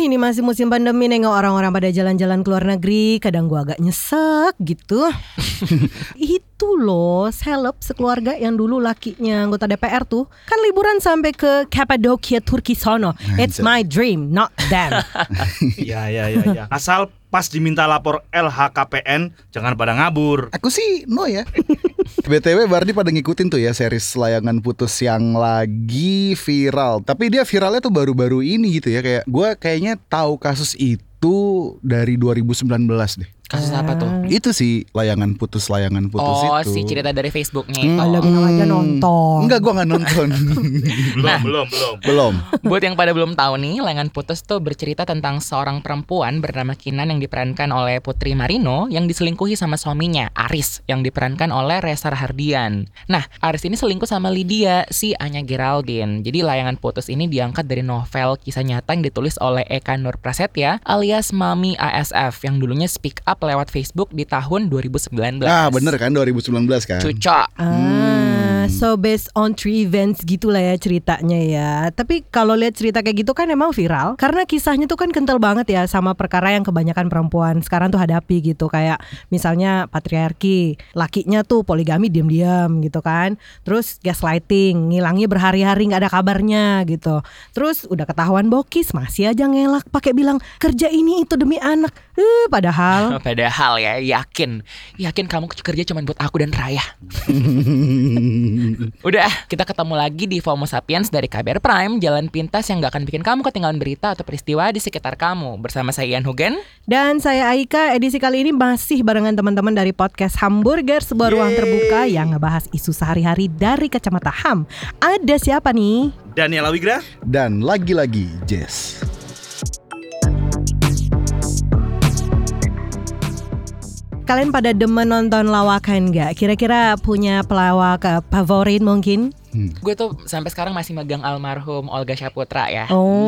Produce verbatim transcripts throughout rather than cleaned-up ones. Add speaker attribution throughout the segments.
Speaker 1: ini masih musim pandemi, nengok orang-orang pada jalan-jalan ke luar negeri, kadang gue agak nyesek gitu. Itu loh, seleb sekeluarga yang dulu lakinya anggota D P R tuh kan liburan sampai ke Cappadocia, Turki sono. It's my dream, not them.
Speaker 2: Iya, iya, iya, ya. Asal pas diminta lapor L H K P N jangan pada ngabur.
Speaker 3: Aku sih no ya. B T W Bardi pada ngikutin tuh ya series Layangan Putus yang lagi viral. Tapi dia viralnya tuh baru-baru ini gitu ya. Kayak gue kayaknya tahu kasus itu dari dua ribu sembilan belas deh.
Speaker 4: Kasus apa tuh?
Speaker 3: Itu sih Layangan Putus, Layangan Putus
Speaker 4: oh,
Speaker 3: itu.
Speaker 4: Oh si cerita dari Facebooknya
Speaker 3: hmm.
Speaker 4: itu.
Speaker 1: Kalau bilang aja nonton.
Speaker 3: Enggak, gue gak nonton.
Speaker 2: belum,
Speaker 4: Nah,
Speaker 2: belum, belum,
Speaker 3: belum.
Speaker 4: Buat yang pada belum tahu nih, Layangan Putus tuh bercerita tentang seorang perempuan bernama Kinan yang diperankan oleh Putri Marino yang diselingkuhi sama suaminya, Aris, yang diperankan oleh Reza Rahardian. Nah, Aris ini selingkuh sama Lydia, si Anya Geraldine. Jadi Layangan Putus ini diangkat dari novel kisah nyata yang ditulis oleh Eka Nur Prasetya alias Mami A S F yang dulunya speak up lewat Facebook di tahun dua ribu sembilan belas.
Speaker 3: Ah bener kan, dua ribu sembilan belas kan.
Speaker 4: Cucok.
Speaker 1: Ah,
Speaker 3: Hmm.
Speaker 1: so based on true events gitulah ya ceritanya ya. Tapi kalau lihat cerita kayak gitu kan emang viral karena kisahnya tuh kan kental banget ya sama perkara yang kebanyakan perempuan sekarang tuh hadapi gitu. Kayak misalnya patriarki, lakinya tuh poligami diam-diam gitu kan. Terus gaslighting, ngilangnya berhari-hari nggak ada kabarnya gitu. Terus udah ketahuan bokis masih aja ngelak pakai bilang kerja ini itu demi anak. Eh padahal
Speaker 4: Padahal ya, yakin Yakin kamu kerja cuma buat aku dan Raya. Udah, kita ketemu lagi di FOMO Sapiens dari K B R Prime, jalan pintas yang gak akan bikin kamu ketinggalan berita atau peristiwa di sekitar kamu. Bersama saya Ian Hugen
Speaker 1: dan saya Aika. Edisi kali ini masih barengan teman-teman dari podcast Hamburger, sebuah ruang terbuka yang ngebahas isu sehari-hari dari kacamata H A M. Ada siapa nih?
Speaker 2: Daniela Wigra
Speaker 3: dan lagi-lagi Jess.
Speaker 1: Kalian pada demen nonton lawakan gak? Kira-kira punya pelawak uh, favorit mungkin?
Speaker 3: Hmm.
Speaker 4: Gue tuh sampai sekarang masih megang almarhum Olga Saputra ya.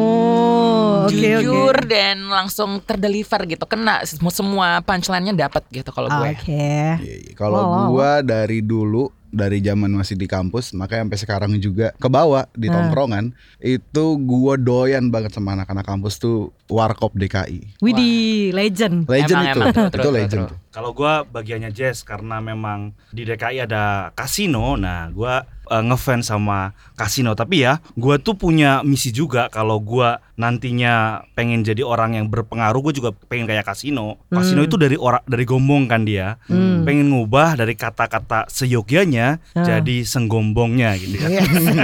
Speaker 1: Oh, oke okay,
Speaker 4: jujur
Speaker 1: okay.
Speaker 4: dan langsung terdeliver gitu, kena semua punchline-nya dapat gitu kalau gue.
Speaker 1: Oke. Okay.
Speaker 3: Kalau
Speaker 1: wow,
Speaker 3: gue
Speaker 1: wow.
Speaker 3: dari dulu, dari zaman masih di kampus, makanya sampai sekarang juga kebawa di tongkrongan, nah. Itu gue doyan banget sama anak-anak kampus tuh Warkop D K I.
Speaker 1: Widih, legend.
Speaker 3: Legend
Speaker 4: emang,
Speaker 3: itu,
Speaker 4: emang, true,
Speaker 3: itu
Speaker 4: true,
Speaker 3: legend.
Speaker 4: true.
Speaker 2: Kalau gue bagiannya Jazz karena memang di D K I ada kasino. Nah gue uh, ngefans sama kasino. Tapi ya gue tuh punya misi juga. Kalau gue nantinya pengen jadi orang yang berpengaruh, gue juga pengen kayak kasino. Kasino
Speaker 1: Hmm.
Speaker 2: itu dari orang dari gombong kan dia.
Speaker 1: Hmm.
Speaker 2: Pengen ngubah dari kata-kata seyogyanya
Speaker 1: ah.
Speaker 2: jadi senggombongnya gitu kan.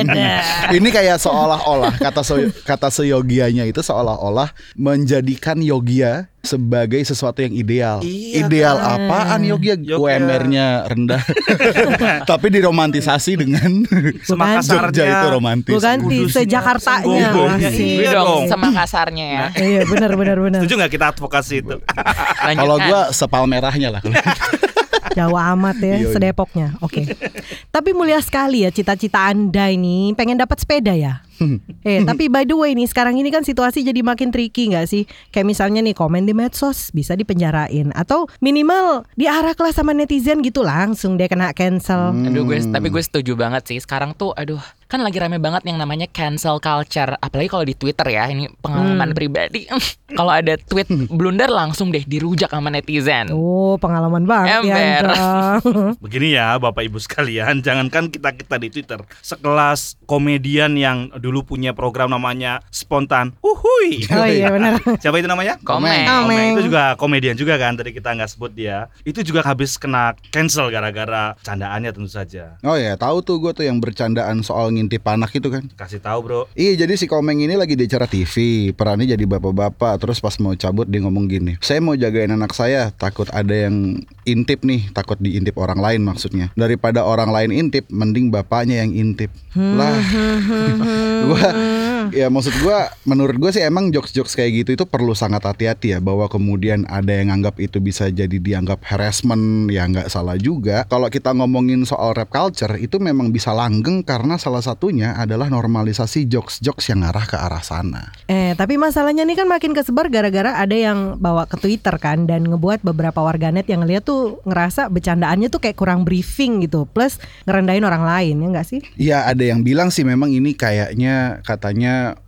Speaker 3: Ini kayak seolah-olah kata so, kata seyogianya itu seolah-olah menjadikan yogia sebagai sesuatu yang ideal.
Speaker 2: Iya,
Speaker 3: Ideal
Speaker 2: kan?
Speaker 3: apaan yogia? U M R-nya rendah. Tapi diromantisasi dengan
Speaker 2: Semakasarnya.
Speaker 3: Jogja itu romantis.
Speaker 1: Bukan di se-Jakartanya.
Speaker 2: Iya dong.
Speaker 4: Sama kasarnya ya.
Speaker 1: Iya benar benar benar.
Speaker 2: Setuju gak kita advokasi itu?
Speaker 3: Kalau gue sepal merahnya lah.
Speaker 1: Jauh amat ya, sedepoknya. Oke. Okay. Tapi mulia sekali ya cita-cita Anda ini, pengen dapat sepeda ya. Eh, tapi by the way nih, sekarang ini kan situasi jadi makin tricky gak sih? Kayak misalnya nih komen di medsos bisa dipenjarain, atau minimal diarak lah sama netizen gitu langsung dia kena cancel.
Speaker 3: Hmm.
Speaker 4: Aduh gue, tapi gue setuju banget sih. Sekarang tuh aduh, kan lagi rame banget yang namanya cancel culture. Apalagi kalau di Twitter ya, ini pengalaman
Speaker 1: Hmm.
Speaker 4: pribadi. Kalau ada tweet blunder langsung deh dirujak sama netizen.
Speaker 1: Oh, pengalaman banget ya
Speaker 4: Ember.
Speaker 1: Anda.
Speaker 2: Begini ya Bapak Ibu sekalian, jangankan kita-kita di Twitter, sekelas komedian yang dulu punya program namanya Spontan Uhuy.
Speaker 1: Oh iya benar.
Speaker 2: Siapa itu namanya?
Speaker 4: Komeng.
Speaker 1: Komeng.
Speaker 2: Itu juga komedian juga kan, tadi kita nggak sebut dia. Itu juga habis kena cancel gara-gara candaannya tentu saja.
Speaker 3: Oh ya, tahu tuh gue tuh yang bercandaan soal ngintip anak itu kan.
Speaker 2: Kasih tahu bro.
Speaker 3: Iya, jadi si Komeng ini lagi di acara T V, perannya jadi bapak-bapak. Terus pas mau cabut dia ngomong gini, saya mau jagain anak saya, takut ada yang intip nih, takut diintip orang lain maksudnya. Daripada orang lain intip, mending bapaknya yang intip. Lah, gua ya maksud gua, menurut gua sih emang jokes-jokes kayak gitu itu perlu sangat hati-hati ya, bahwa kemudian ada yang nganggap itu bisa jadi dianggap harassment, ya nggak salah juga. Kalau kita ngomongin soal rap culture, itu memang bisa langgeng karena salah satunya adalah normalisasi jokes-jokes yang ngarah ke arah sana.
Speaker 1: Eh, tapi masalahnya nih kan makin kesebar gara-gara ada yang bawa ke Twitter kan, dan ngebuat beberapa warganet yang ngeliat tuh ngerasa bercandaannya tuh kayak kurang briefing gitu, plus ngerendahin orang lain, ya nggak sih?
Speaker 3: Ya ada yang bilang sih memang ini kayaknya katanya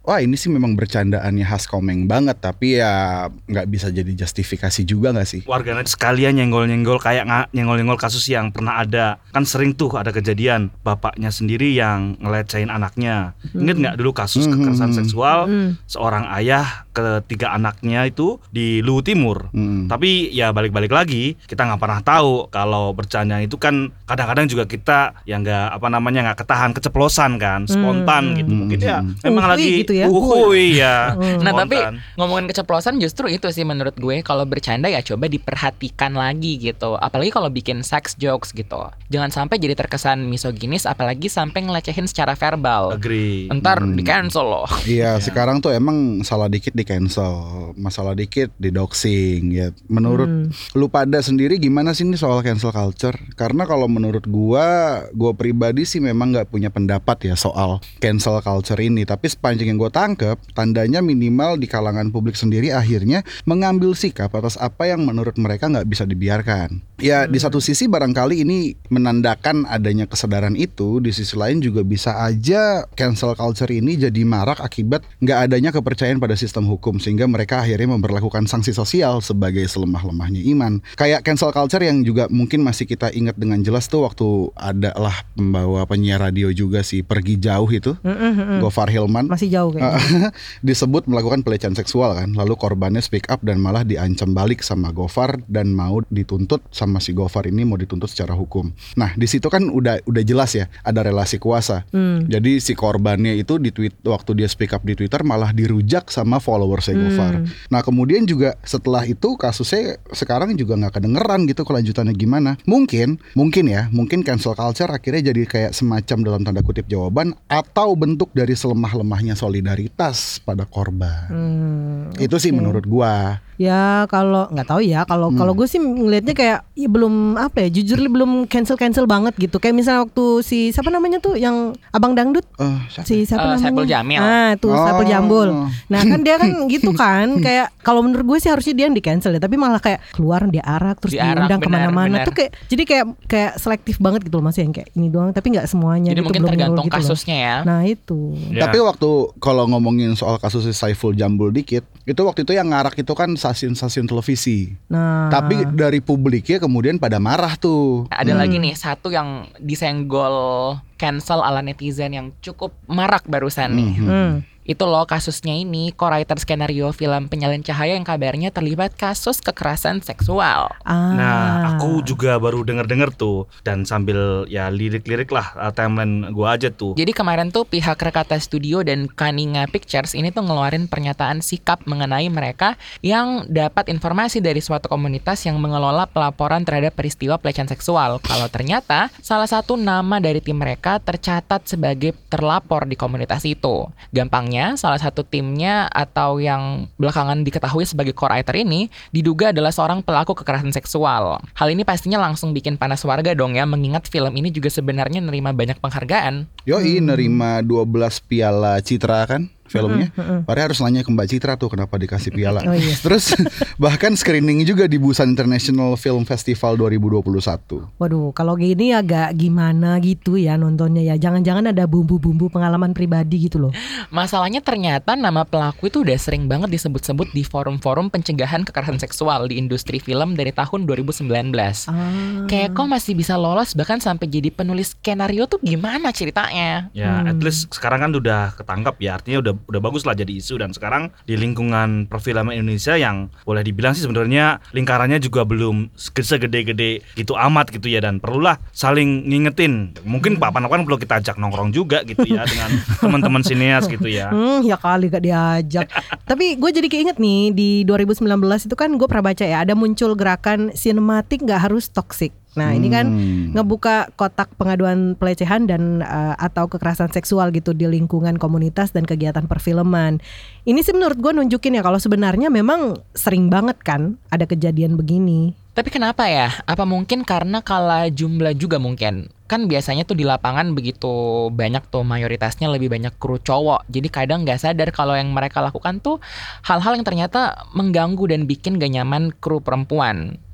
Speaker 3: wah ini sih memang bercandaannya khas Komeng banget, tapi ya nggak bisa jadi justifikasi juga nggak sih?
Speaker 2: Warganet sekalian nyenggol-nyenggol kayak nga- nyenggol-nyenggol kasus yang pernah ada. Kan sering tuh ada kejadian bapaknya sendiri yang ngelecehin anaknya. Ingat nggak dulu kasus
Speaker 3: Hmm.
Speaker 2: kekerasan seksual
Speaker 1: Hmm.
Speaker 2: seorang ayah ketiga anaknya itu di Luwu Timur.
Speaker 3: Hmm.
Speaker 2: Tapi ya balik-balik lagi kita nggak pernah tahu kalau bercanda itu kan kadang-kadang juga kita yang nggak apa namanya nggak ketahan keceplosan kan, spontan
Speaker 1: Hmm.
Speaker 2: gitu. Mungkin ya
Speaker 3: Hmm.
Speaker 2: memang
Speaker 1: Uhui
Speaker 2: lagi
Speaker 1: gitu ya.
Speaker 2: uhui ya.
Speaker 1: Hmm.
Speaker 4: Nah tapi
Speaker 2: spontan.
Speaker 4: ngomongin keceplosan justru itu sih menurut gue, kalau bercanda ya coba diperhatikan lagi gitu. Apalagi kalau bikin sex jokes gitu. Jangan sampai jadi terkesan misoginis, apalagi sampai ngelecehin secara verbal.
Speaker 2: Agree.
Speaker 4: Ntar
Speaker 3: Hmm.
Speaker 4: di cancel loh.
Speaker 3: Iya, sekarang tuh emang salah dikit di cancel, masalah dikit di doxing ya. Menurut
Speaker 1: Hmm.
Speaker 3: lu pada sendiri gimana sih ini soal cancel culture? Karena kalau menurut gua, gua pribadi sih memang nggak punya pendapat ya soal cancel culture ini. Tapi sepanjang yang gua tangkep, tandanya minimal di kalangan publik sendiri akhirnya mengambil sikap atas apa yang menurut mereka nggak bisa dibiarkan. Ya di satu sisi barangkali ini menandakan adanya kesadaran itu, di sisi lain juga bisa aja cancel culture ini jadi marak akibat nggak adanya kepercayaan pada sistem hukum, sehingga mereka akhirnya memberlakukan sanksi sosial sebagai selemah-lemahnya iman. Kayak cancel culture yang juga mungkin masih kita ingat dengan jelas tuh waktu ada lah pembawa penyiar radio juga sih pergi jauh itu,
Speaker 1: Mm, mm, mm.
Speaker 3: Gofar Hilman.
Speaker 1: Masih jauh kayaknya.
Speaker 3: Disebut melakukan pelecehan seksual kan, lalu korbannya speak up dan malah diancam balik sama Gofar dan mau dituntut sama si Gofar ini mau dituntut secara hukum. Nah di situ kan udah udah jelas ya ada relasi kuasa.
Speaker 1: Hmm.
Speaker 3: Jadi si korbannya itu di tweet waktu dia speak up di Twitter malah dirujak sama followersnya Gofar.
Speaker 1: Hmm.
Speaker 3: Nah kemudian juga setelah itu kasusnya sekarang juga nggak kedengeran gitu kelanjutannya gimana. Mungkin mungkin ya mungkin cancel culture akhirnya jadi kayak semacam dalam tanda kutip jawaban atau bentuk dari selemah-lemahnya solidaritas pada korban.
Speaker 1: Hmm.
Speaker 3: Itu sih
Speaker 1: Oke.
Speaker 3: menurut gua.
Speaker 1: Ya kalau nggak tahu ya kalau
Speaker 3: Hmm.
Speaker 1: kalau gue sih ngelihatnya kayak ya belum apa ya jujur li belum cancel cancel banget gitu kayak misalnya waktu si siapa namanya tuh yang abang dangdut
Speaker 3: Eh, siapa?
Speaker 1: si siapa
Speaker 4: Eh,
Speaker 1: namanya
Speaker 4: Saipul Jamil.
Speaker 1: ah tuh
Speaker 3: Oh.
Speaker 1: Saipul Jambul. Nah kan dia kan gitu kan kayak kalau menurut gue sih harusnya dia yang di cancel ya tapi malah kayak keluar dia arak terus
Speaker 4: Diarak,
Speaker 1: diundang
Speaker 4: benar,
Speaker 1: kemana-mana
Speaker 4: benar.
Speaker 1: tuh kayak jadi kayak kayak selektif banget gitu loh masih yang kayak ini doang tapi nggak semuanya
Speaker 4: Jadi
Speaker 1: gitu,
Speaker 4: mungkin
Speaker 1: belum
Speaker 4: tergantung
Speaker 1: menyeluruh gitu loh.
Speaker 4: kasusnya ya.
Speaker 1: Nah itu
Speaker 2: Ya.
Speaker 3: Tapi waktu kalau ngomongin soal kasus si Saiful Jambul dikit, itu waktu itu yang ngarak itu kan stasiun-stasiun televisi.
Speaker 1: nah
Speaker 3: Tapi dari publiknya kemudian pada marah tuh.
Speaker 4: Ada
Speaker 1: Hmm.
Speaker 4: lagi nih satu yang disenggol cancel ala netizen yang cukup marak barusan nih.
Speaker 3: Mhm.
Speaker 1: hmm.
Speaker 4: Itu loh kasusnya ini, co-writer skenario film Penyalin Cahaya yang kabarnya terlibat kasus kekerasan seksual.
Speaker 1: Ah.
Speaker 2: Nah, aku juga baru denger-denger tuh dan sambil ya lirik-lirik lah uh, timeline gua aja tuh.
Speaker 4: Jadi kemarin tuh pihak Rekata Studio dan Kaninga Pictures ini tuh ngeluarin pernyataan sikap mengenai mereka yang dapat informasi dari suatu komunitas yang mengelola pelaporan terhadap peristiwa pelecehan seksual. Kalau ternyata salah satu nama dari tim mereka tercatat sebagai terlapor di komunitas itu. Gampangnya salah satu timnya atau yang belakangan diketahui sebagai co-writer ini diduga adalah seorang pelaku kekerasan seksual. Hal ini pastinya langsung bikin panas warga dong ya, mengingat film ini juga sebenarnya nerima banyak penghargaan.
Speaker 3: Yoi nerima dua belas piala Citra kan filmnya. Padahal harus nanya ke Mbak Citra tuh kenapa dikasih piala.
Speaker 1: Oh, iya.
Speaker 3: Terus bahkan screening juga di Busan International Film Festival dua ribu dua puluh satu.
Speaker 1: Waduh, kalau gini agak gimana gitu ya nontonnya ya. Jangan-jangan ada bumbu-bumbu pengalaman pribadi gitu loh.
Speaker 4: Masalahnya ternyata nama pelaku itu udah sering banget disebut-sebut di forum-forum pencegahan kekerasan seksual di industri film dari tahun dua ribu sembilan belas.
Speaker 1: Ah.
Speaker 4: Kayak kok masih bisa lolos bahkan sampai jadi penulis skenario tuh gimana ceritanya?
Speaker 2: Ya,
Speaker 1: Hmm.
Speaker 2: at least sekarang kan udah ketangkap ya, artinya udah udah bagus lah jadi isu dan sekarang di lingkungan perfilman Indonesia yang boleh dibilang sih sebenarnya lingkarannya juga belum segede-gede gitu amat gitu ya dan perlulah saling ngingetin. Mungkin kapan-kapan perlu kita ajak nongkrong juga gitu ya dengan teman-teman sineas gitu ya.
Speaker 1: Hmm, ya kali gak diajak. Tapi gue jadi keinget nih di dua ribu sembilan belas itu kan gue pernah baca ya ada muncul gerakan sinematik gak harus toksik. Nah ini kan
Speaker 3: Hmm.
Speaker 1: ngebuka kotak pengaduan pelecehan dan uh, atau kekerasan seksual gitu di lingkungan komunitas dan kegiatan perfilman. Ini sih menurut gue nunjukin ya kalau sebenarnya memang sering banget kan ada kejadian begini.
Speaker 4: Tapi kenapa ya? Apa mungkin karena kalah jumlah juga mungkin? Kan biasanya tuh di lapangan begitu banyak tuh mayoritasnya lebih banyak kru cowok. Jadi kadang gak sadar kalau yang mereka lakukan tuh hal-hal yang ternyata mengganggu dan bikin gak nyaman kru perempuan.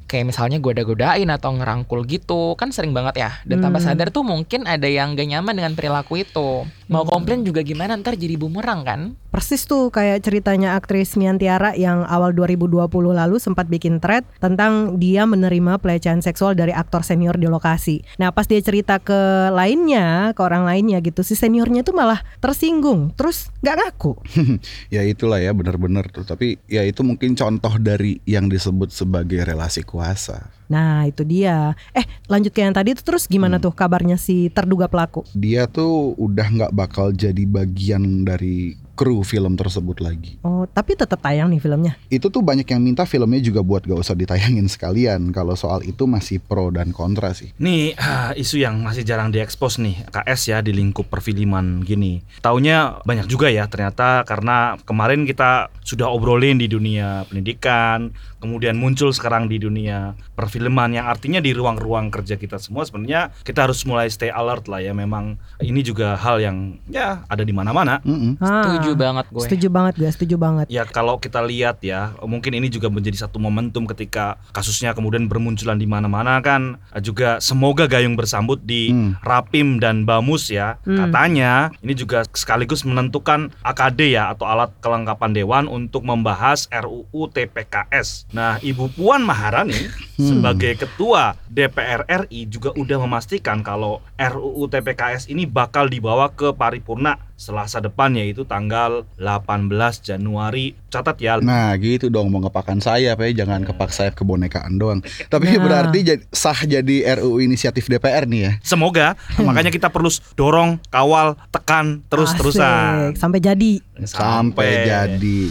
Speaker 4: kayak misalnya goda-godain atau ngerangkul gitu, kan sering banget ya. Dan tanpa
Speaker 1: Hmm.
Speaker 4: sadar tuh mungkin ada yang gak nyaman dengan perilaku itu. Mau komplain juga gimana, ntar jadi bumerang kan.
Speaker 1: Persis tuh kayak ceritanya aktris Mian Tiara yang awal dua ribu dua puluh lalu sempat bikin thread tentang dia menerima pelecehan seksual dari aktor senior di lokasi. Nah pas dia cerita ke lainnya, ke orang lainnya gitu, si seniornya tuh malah tersinggung, terus gak ngaku.
Speaker 3: Ya itulah ya, benar-benar tuh. Tapi ya itu mungkin contoh dari yang disebut sebagai relasi kuasa.
Speaker 1: Nah itu dia. Eh lanjut ke yang tadi tuh, terus gimana tuh kabarnya si terduga pelaku?
Speaker 3: Dia tuh udah nggak bakal jadi bagian dari kru film tersebut lagi.
Speaker 1: Oh tapi tetap tayang nih filmnya.
Speaker 3: Itu tuh banyak yang minta filmnya juga buat gak usah ditayangin sekalian. Kalau soal itu masih pro dan kontra sih.
Speaker 2: Nih ah, isu yang masih jarang diekspos nih K S ya di lingkup perfilman gini. Taunya banyak juga ya ternyata, karena kemarin kita sudah obrolin di dunia pendidikan, kemudian muncul sekarang di dunia perfilman, yang artinya di ruang-ruang kerja kita semua sebenarnya kita harus mulai stay alert lah ya. Memang ini juga hal yang ya ada di mana-mana.
Speaker 3: Mm-mm.
Speaker 4: Setuju banget gue.
Speaker 1: Setuju banget gue, setuju banget.
Speaker 2: Ya kalau kita lihat ya, mungkin ini juga menjadi satu momentum ketika kasusnya kemudian bermunculan di mana-mana kan. Juga semoga gayung bersambut di
Speaker 3: Hmm.
Speaker 2: Rapim dan Bamus ya.
Speaker 1: Hmm.
Speaker 2: Katanya ini juga sekaligus menentukan A K D ya, atau alat kelengkapan dewan untuk membahas R U U T P K S. Nah, Ibu Puan Maharani sebagai ketua D P R R I juga udah memastikan kalau R U U T P K S ini bakal dibawa ke paripurna Selasa depan, yaitu tanggal delapan belas Januari. Catat ya.
Speaker 3: Nah gitu dong, mau ngepakan sayap ya, jangan kepak sayap kebonekaan doang. Tapi
Speaker 1: Nah.
Speaker 3: berarti jadi, sah jadi R U U inisiatif D P R nih ya.
Speaker 2: Semoga, makanya kita perlu dorong, kawal, tekan terus-terusan.
Speaker 1: Asik, sampai jadi.
Speaker 3: Sampai jadi.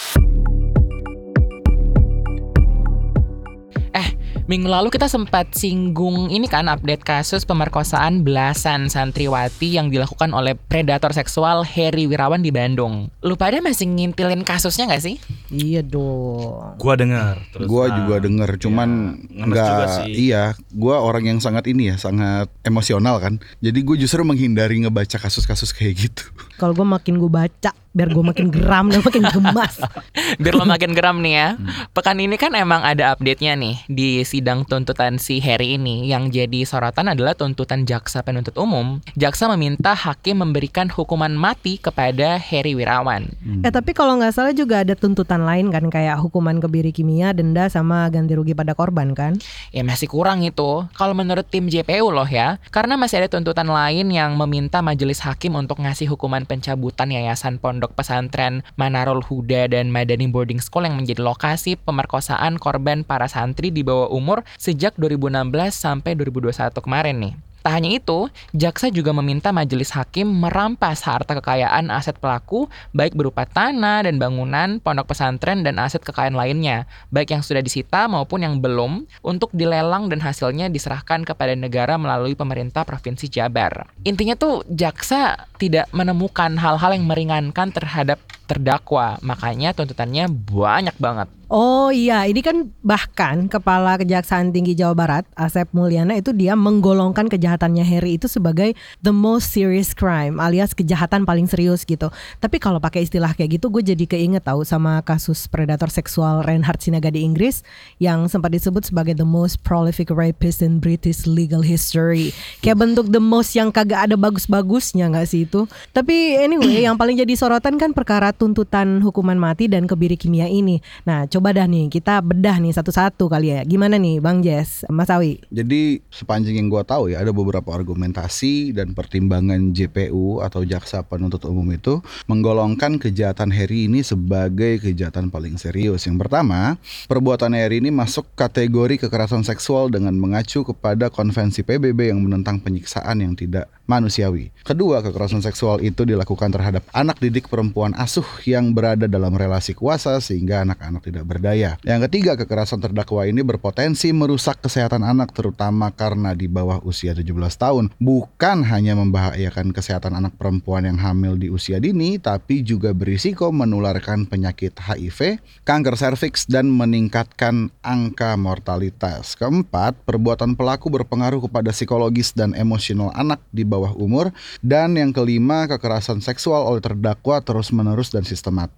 Speaker 4: Minggu lalu kita sempat singgung ini kan, update kasus pemerkosaan belasan santriwati yang dilakukan oleh predator seksual Heri Wirawan di Bandung. Lu pada masih ngintilin kasusnya gak sih?
Speaker 1: Iya dong.
Speaker 2: Gua dengar. terus
Speaker 3: Gua
Speaker 2: terang.
Speaker 3: juga denger, cuman
Speaker 2: Ya, ngenes juga
Speaker 3: nggak.
Speaker 2: sih.
Speaker 3: Iya, gua orang yang sangat ini ya, sangat emosional kan. Jadi gue justru menghindari ngebaca kasus-kasus kayak gitu.
Speaker 1: Kalau gue makin gue baca, biar gue makin geram dan makin gemas.
Speaker 4: Biar lo makin geram nih ya. Pekan ini kan emang ada update-nya nih di sidang tuntutan si Heri ini. Yang jadi sorotan adalah tuntutan jaksa penuntut umum. Jaksa meminta hakim memberikan hukuman mati kepada Heri Wirawan.
Speaker 1: Eh tapi kalau nggak salah juga ada tuntutan lain kan, kayak hukuman kebiri kimia, denda, sama ganti rugi pada korban kan?
Speaker 4: Ya masih kurang itu kalau menurut tim J P U loh ya. Karena masih ada tuntutan lain yang meminta majelis hakim untuk ngasih hukuman pencabutan Yayasan Pondok Pesantren Manarul Huda dan Madani Boarding School yang menjadi lokasi pemerkosaan korban para santri di bawah umur sejak dua ribu enam belas sampai dua ribu dua puluh satu kemarin nih. Tak hanya itu, jaksa juga meminta majelis hakim merampas harta kekayaan aset pelaku, baik berupa tanah dan bangunan, pondok pesantren, dan aset kekayaan lainnya, baik yang sudah disita maupun yang belum, untuk dilelang dan hasilnya diserahkan kepada negara melalui pemerintah Provinsi Jabar. Intinya tuh, jaksa tidak menemukan hal-hal yang meringankan terhadap terdakwa, makanya tuntutannya banyak banget.
Speaker 1: Oh iya, ini kan bahkan Kepala Kejaksaan Tinggi Jawa Barat, Asep Mulyana, itu dia menggolongkan kejahatannya Heri itu sebagai the most serious crime, alias kejahatan paling serius gitu. Tapi kalau pakai istilah kayak gitu, gue jadi keinget tahu sama kasus predator seksual Reinhard Sinaga di Inggris yang sempat disebut sebagai the most prolific rapist in British legal history. Kayak bentuk the most yang kagak ada bagus-bagusnya nggak sih itu? Tapi anyway, yang paling jadi sorotan kan perkara tuntutan hukuman mati dan kebiri kimia ini. Nah, coba dah nih kita bedah nih satu-satu kali ya. Gimana nih Bang Jess, Mas Awi?
Speaker 3: Jadi sepanjang yang gue tahu ya, ada beberapa argumentasi dan pertimbangan J P U atau jaksa penuntut umum itu menggolongkan kejahatan Heri ini sebagai kejahatan paling serius. Yang pertama, perbuatan Heri ini masuk kategori kekerasan seksual dengan mengacu kepada konvensi P B B yang menentang penyiksaan yang tidak manusiawi. Kedua, kekerasan seksual itu dilakukan terhadap anak didik perempuan asuh yang berada dalam relasi kuasa sehingga anak-anak tidak berdaya. Yang ketiga, kekerasan terdakwa ini berpotensi merusak kesehatan anak terutama karena di bawah usia tujuh belas tahun. Bukan hanya membahayakan kesehatan anak perempuan yang hamil di usia dini, tapi juga berisiko menularkan penyakit H I V, kanker serviks, dan meningkatkan angka mortalitas. Keempat, perbuatan pelaku berpengaruh kepada psikologis dan emosional anak di bawah umur. Dan yang kelima, kekerasan seksual oleh terdakwa terus-menerus dan sistematik.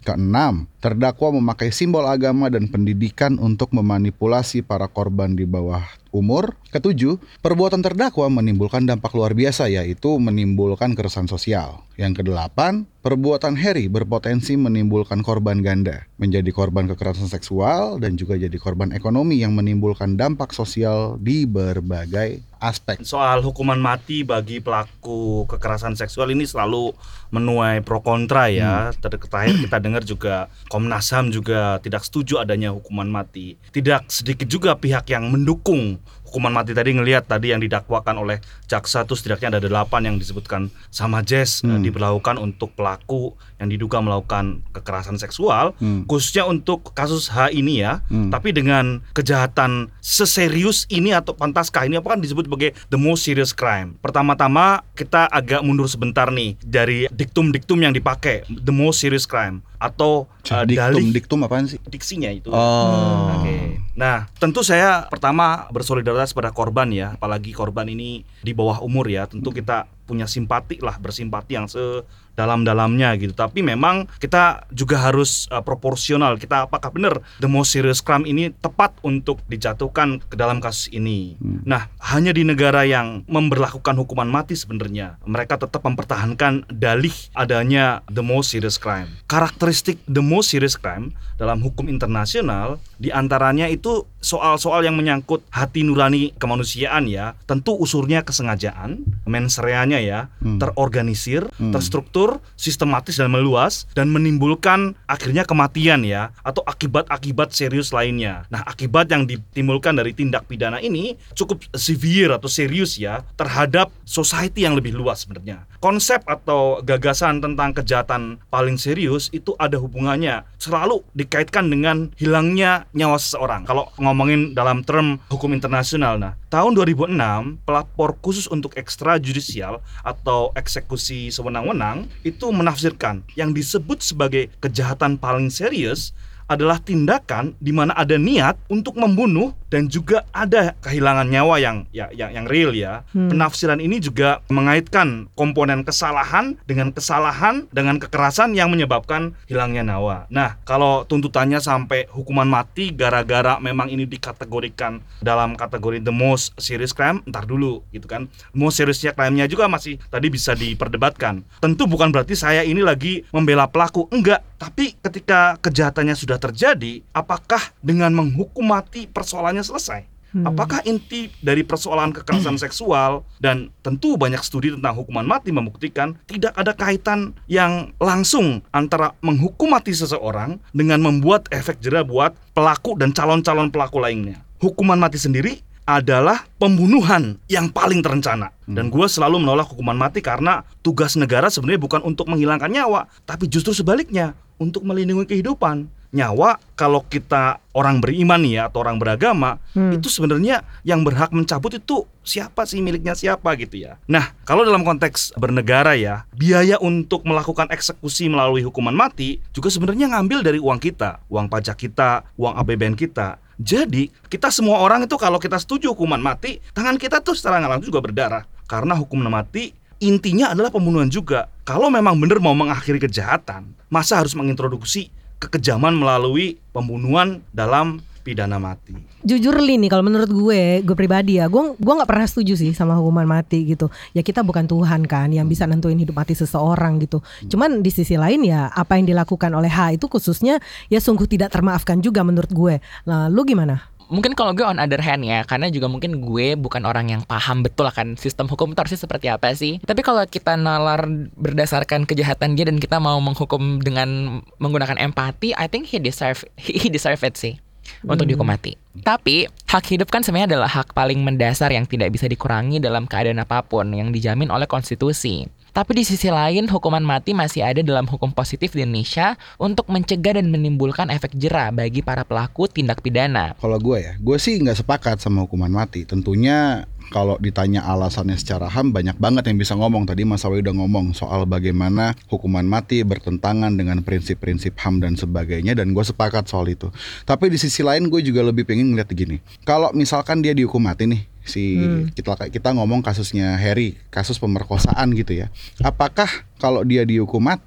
Speaker 3: Keenam, terdakwa memakai simbol agama dan pendidikan untuk memanipulasi para korban di bawah umur. Ketujuh, perbuatan terdakwa menimbulkan dampak luar biasa, yaitu menimbulkan keresahan sosial. Yang kedelapan, perbuatan Harry berpotensi menimbulkan korban ganda, menjadi korban kekerasan seksual dan juga jadi korban ekonomi yang menimbulkan dampak sosial di berbagai aspek.
Speaker 2: Soal hukuman mati bagi pelaku kekerasan seksual ini selalu menuai pro kontra ya. Hmm. Terakhir kita dengar juga Komnas H A M juga tidak setuju adanya hukuman mati. Tidak sedikit juga pihak yang mendukung hukuman mati. Tadi ngelihat tadi yang didakwakan oleh jaksa itu setidaknya ada delapan yang disebutkan sama Jess hmm. diberlakukan untuk pelaku yang diduga melakukan kekerasan seksual, hmm. khususnya untuk kasus H ini ya. Hmm. Tapi dengan kejahatan seserius ini atau pantaskah ini apa kan disebut sebagai the most serious crime. Pertama-tama kita agak mundur sebentar nih dari diktum-diktum yang dipakai, the most serious crime atau uh,
Speaker 3: diktum,
Speaker 2: dalih
Speaker 3: diktum apaan sih?
Speaker 2: Diksinya itu.
Speaker 3: Oh.
Speaker 2: Oke. Okay. Nah, tentu saya pertama bersolidaritas pada korban ya, apalagi korban ini di bawah umur ya. Tentu kita punya simpati lah, bersimpati yang sedalam-dalamnya gitu. Tapi memang kita juga harus uh, proporsional. Kita apakah benar the most serious crime ini tepat untuk dijatuhkan ke dalam kasus ini. Hmm. Nah, hanya di negara yang memberlakukan hukuman mati sebenarnya mereka tetap mempertahankan dalih adanya the most serious crime. Karakteristik the most serious crime dalam hukum internasional diantaranya itu soal-soal yang menyangkut hati nurani kemanusiaan ya. Tentu unsurnya kesengajaan, mens reanya ya, hmm. terorganisir, hmm. terstruktur, sistematis dan meluas dan menimbulkan akhirnya kematian ya atau akibat-akibat serius lainnya. Nah, akibat yang ditimbulkan dari tindak pidana ini cukup severe atau serius ya terhadap society yang lebih luas sebenarnya. Konsep atau gagasan tentang kejahatan paling serius itu ada hubungannya selalu dikaitkan dengan hilangnya nyawa seseorang. Kalau ngomongin dalam term hukum internasional, nah tahun dua ribu enam pelapor khusus untuk ekstrajudisial atau eksekusi sewenang-wenang itu menafsirkan yang disebut sebagai kejahatan paling serius adalah tindakan di mana ada niat untuk membunuh dan juga ada kehilangan nyawa yang ya yang, yang real ya. Hmm. Penafsiran ini juga mengaitkan komponen kesalahan dengan kesalahan dengan kekerasan yang menyebabkan hilangnya nyawa. Nah, kalau tuntutannya sampai hukuman mati gara-gara memang ini dikategorikan dalam kategori the most serious crime, entar dulu gitu kan. Most seriousnya crime-nya juga masih tadi bisa diperdebatkan. Tentu bukan berarti saya ini lagi membela pelaku, enggak. Tapi ketika kejahatannya sudah terjadi, apakah dengan menghukum mati persoalannya selesai? Hmm. Apakah inti dari persoalan kekerasan hmm. seksual, dan tentu banyak studi tentang hukuman mati membuktikan tidak ada kaitan yang langsung antara menghukum mati seseorang dengan membuat efek jera buat pelaku dan calon-calon pelaku lainnya. Hukuman mati sendiri adalah pembunuhan yang paling terencana. Dan gue selalu menolak hukuman mati karena tugas negara sebenarnya bukan untuk menghilangkan nyawa, tapi justru sebaliknya, untuk melindungi kehidupan. Nyawa kalau kita orang beriman ya atau orang beragama, hmm. itu sebenarnya yang berhak mencabut itu siapa sih, miliknya siapa gitu ya. Nah, kalau dalam konteks bernegara ya, biaya untuk melakukan eksekusi melalui hukuman mati juga sebenarnya ngambil dari uang kita, uang pajak kita, uang A P B N kita. Jadi kita semua orang itu kalau kita setuju hukuman mati, tangan kita tuh secara nggak langsung juga berdarah. Karena hukuman mati intinya adalah pembunuhan juga. Kalau memang benar mau mengakhiri kejahatan, masa harus mengintroduksi kekejaman melalui pembunuhan dalam pidana mati?
Speaker 1: Jujur Li nih, kalau menurut gue, gue pribadi ya, gue gue nggak pernah setuju sih sama hukuman mati gitu. Ya kita bukan Tuhan kan yang bisa nentuin hidup mati seseorang gitu. Cuman di sisi lain ya apa yang dilakukan oleh H itu khususnya ya sungguh tidak termaafkan juga menurut gue. Nah, lu gimana?
Speaker 4: Mungkin kalau gue on other hand ya, karena juga mungkin gue bukan orang yang paham betul akan sistem hukum itu harusnya seperti apa sih. Tapi kalau kita nalar berdasarkan kejahatan dia dan kita mau menghukum dengan menggunakan empati, I think he deserve he deserve it sih hmm. untuk dihukum mati. Tapi hak hidup kan sebenarnya adalah hak paling mendasar yang tidak bisa dikurangi dalam keadaan apapun yang dijamin oleh konstitusi. Tapi di sisi lain, hukuman mati masih ada dalam hukum positif di Indonesia untuk mencegah dan menimbulkan efek jera bagi para pelaku tindak pidana.
Speaker 3: Kalau gue ya, gue sih nggak sepakat sama hukuman mati. Tentunya kalau ditanya alasannya secara H A M, banyak banget yang bisa ngomong. Tadi Mas Awi udah ngomong soal bagaimana hukuman mati bertentangan dengan prinsip-prinsip H A M dan sebagainya, dan gue sepakat soal itu. Tapi di sisi lain gue juga lebih pengen ngeliat gini. Kalau misalkan dia dihukum mati nih, si hmm. kita kita ngomong kasusnya Harry, kasus pemerkosaan gitu ya. Apakah kalau dia dihukum mati,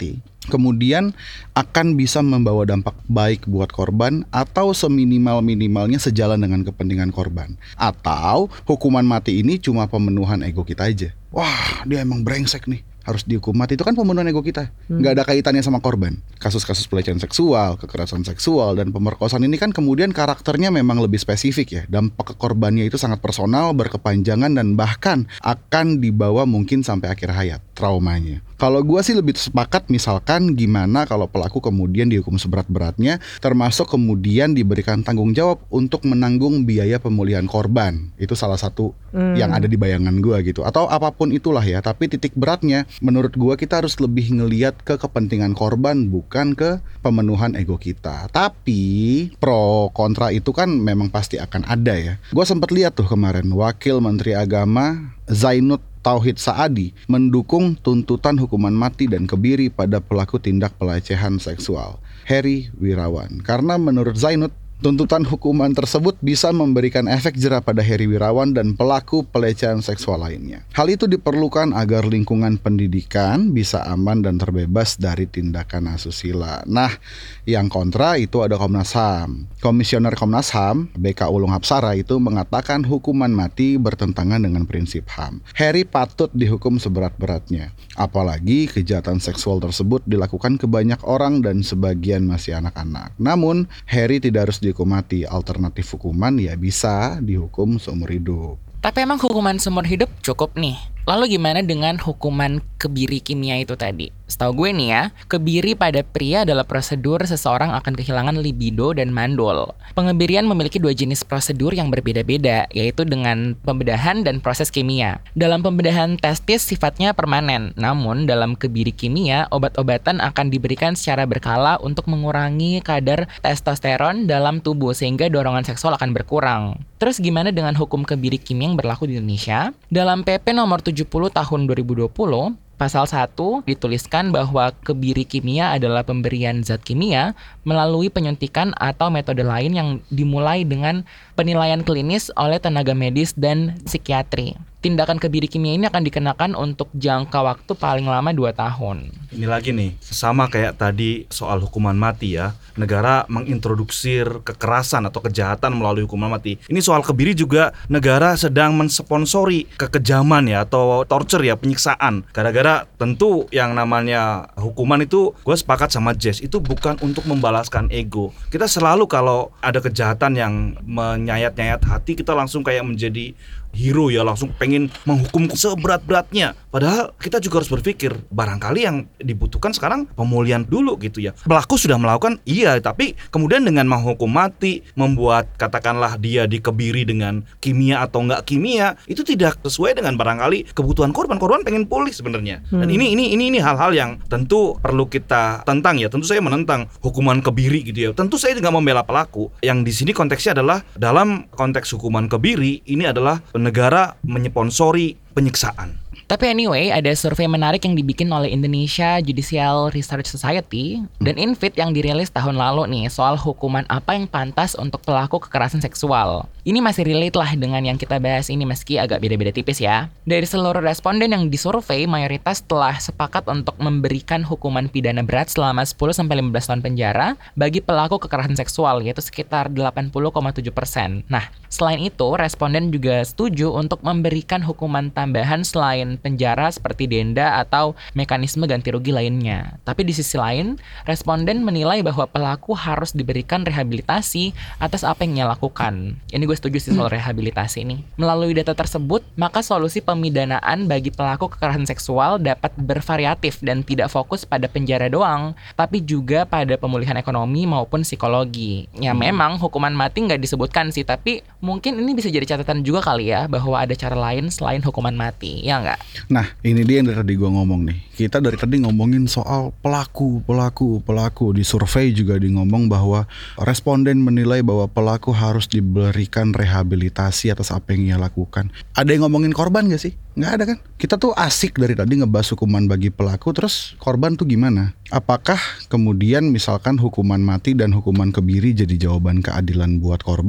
Speaker 3: kemudian akan bisa membawa dampak baik buat korban atau seminimal-minimalnya sejalan dengan kepentingan korban. Atau hukuman mati ini cuma pemenuhan ego kita aja. Wah, dia emang brengsek nih, harus dihukum mati. Itu kan pemenuhan ego kita, hmm. nggak ada kaitannya sama korban. Kasus-kasus pelecehan seksual, kekerasan seksual, dan pemerkosaan ini kan kemudian karakternya memang lebih spesifik ya. Dampak ke korbannya itu sangat personal, berkepanjangan, dan bahkan akan dibawa mungkin sampai akhir hayat traumanya. Kalau gue sih lebih sepakat misalkan gimana kalau pelaku kemudian dihukum seberat-beratnya, termasuk kemudian diberikan tanggung jawab untuk menanggung biaya pemulihan korban. Itu salah satu hmm. yang ada di bayangan gue gitu. Atau apapun itulah ya, tapi titik beratnya menurut gue kita harus lebih ngelihat ke kepentingan korban, bukan ke pemenuhan ego kita. Tapi pro kontra itu kan memang pasti akan ada ya. Gue sempat lihat tuh kemarin Wakil Menteri Agama Zainud Tauhid Saadi mendukung tuntutan hukuman mati dan kebiri pada pelaku tindak pelecehan seksual Heri Wirawan. Karena menurut Zainud, tuntutan hukuman tersebut bisa memberikan efek jera pada Heri Wirawan dan pelaku pelecehan seksual lainnya. Hal itu diperlukan agar lingkungan pendidikan bisa aman dan terbebas dari tindakan asusila. Nah, yang kontra itu ada Komnas H A M. Komisioner Komnas H A M, B K Ulung Hapsara itu mengatakan hukuman mati bertentangan dengan prinsip H A M. Heri patut dihukum seberat-beratnya. Apalagi kejahatan seksual tersebut dilakukan ke banyak orang dan sebagian masih anak-anak. Namun, Heri tidak harus dihukum mati. Alternatif hukuman ya bisa dihukum seumur hidup.
Speaker 4: Tapi emang hukuman seumur hidup cukup nih? Lalu gimana dengan hukuman kebiri kimia itu tadi? Setahu gue nih ya, kebiri pada pria adalah prosedur seseorang akan kehilangan libido dan mandul. Pengebirian memiliki dua jenis prosedur yang berbeda-beda, yaitu dengan pembedahan dan proses kimia. Dalam pembedahan testis sifatnya permanen, namun dalam kebiri kimia, obat-obatan akan diberikan secara berkala untuk mengurangi kadar testosteron dalam tubuh sehingga dorongan seksual akan berkurang. Terus gimana dengan hukum kebiri kimia yang berlaku di Indonesia? Dalam P P nomor tujuh puluh tahun dua ribu dua puluh, Pasal satu dituliskan bahwa kebiri kimia adalah pemberian zat kimia melalui penyuntikan atau metode lain yang dimulai dengan penilaian klinis oleh tenaga medis dan psikiatri. Tindakan kebiri kimia ini akan dikenakan untuk jangka waktu paling lama dua tahun.
Speaker 2: Ini lagi nih, sama kayak tadi soal hukuman mati ya. Negara mengintroduksir kekerasan atau kejahatan melalui hukuman mati. Ini soal kebiri juga negara sedang mensponsori kekejaman ya, atau torture ya, penyiksaan. Gara-gara tentu yang namanya hukuman itu, gue sepakat sama Jess, itu bukan untuk membalaskan ego. Kita selalu kalau ada kejahatan yang menyayat-nyayat hati, kita langsung kayak menjadi hero ya, langsung pengen menghukum seberat-beratnya. Padahal kita juga harus berpikir, barangkali yang dibutuhkan sekarang pemulihan dulu gitu ya. Pelaku sudah melakukan, iya, tapi kemudian dengan menghukum mati, membuat katakanlah dia dikebiri dengan kimia atau enggak kimia, itu tidak sesuai dengan barangkali kebutuhan korban. Korban pengen pulih sebenarnya. Dan
Speaker 1: Hmm.
Speaker 2: ini ini ini ini hal-hal yang tentu perlu kita tentang ya. Tentu saya menentang hukuman kebiri gitu ya. Tentu saya juga membela pelaku. Yang di sini konteksnya adalah dalam konteks hukuman kebiri ini adalah negara menyponsori penyiksaan.
Speaker 4: Tapi anyway, ada survei menarik yang dibikin oleh Indonesia Judicial Research Society dan Infit yang dirilis tahun lalu nih soal hukuman apa yang pantas untuk pelaku kekerasan seksual. Ini masih relate lah dengan yang kita bahas ini meski agak beda-beda tipis ya. Dari seluruh responden yang disurvei, mayoritas telah sepakat untuk memberikan hukuman pidana berat selama sepuluh sampai lima belas tahun penjara bagi pelaku kekerasan seksual, yaitu sekitar delapan puluh koma tujuh persen. Nah, selain itu, responden juga setuju untuk memberikan hukuman tambahan selain penjara seperti denda atau mekanisme ganti rugi lainnya. Tapi di sisi lain, responden menilai bahwa pelaku harus diberikan rehabilitasi atas apa yang ia lakukan. Ini gue setuju sih soal rehabilitasi ini. Melalui data tersebut, maka solusi pemidanaan bagi pelaku kekerasan seksual dapat bervariatif dan tidak fokus pada penjara doang, tapi juga pada pemulihan ekonomi maupun psikologi. Ya memang hukuman mati nggak disebutkan sih, tapi mungkin ini bisa jadi catatan juga kali ya, bahwa ada cara lain selain hukuman mati, ya nggak?
Speaker 3: Nah, ini dia yang dari tadi gue ngomong nih. Kita dari tadi ngomongin soal pelaku, pelaku, pelaku. Di survei juga di ngomong bahwa responden menilai bahwa pelaku harus diberikan rehabilitasi atas apa yang ia lakukan. Ada yang ngomongin korban gak sih? Nggak ada kan? Kita tuh asik dari tadi ngebahas hukuman bagi pelaku, terus korban tuh gimana? Apakah kemudian misalkan hukuman mati dan hukuman kebiri jadi jawaban keadilan buat korban?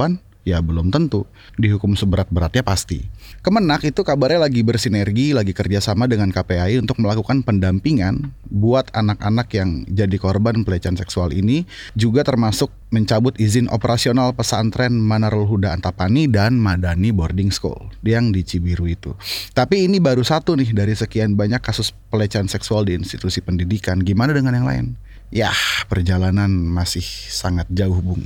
Speaker 3: Ya belum tentu, dihukum seberat-beratnya pasti. Kemenak itu kabarnya lagi bersinergi, lagi kerjasama dengan K P A I untuk melakukan pendampingan buat anak-anak yang jadi korban pelecehan seksual ini, juga termasuk mencabut izin operasional pesantren Manarul Huda Antapani dan Madani Boarding School yang di Cibiru itu. Tapi ini baru satu nih dari sekian banyak kasus pelecehan seksual di institusi pendidikan. Gimana dengan yang lain? Yah, perjalanan masih sangat jauh, Bung.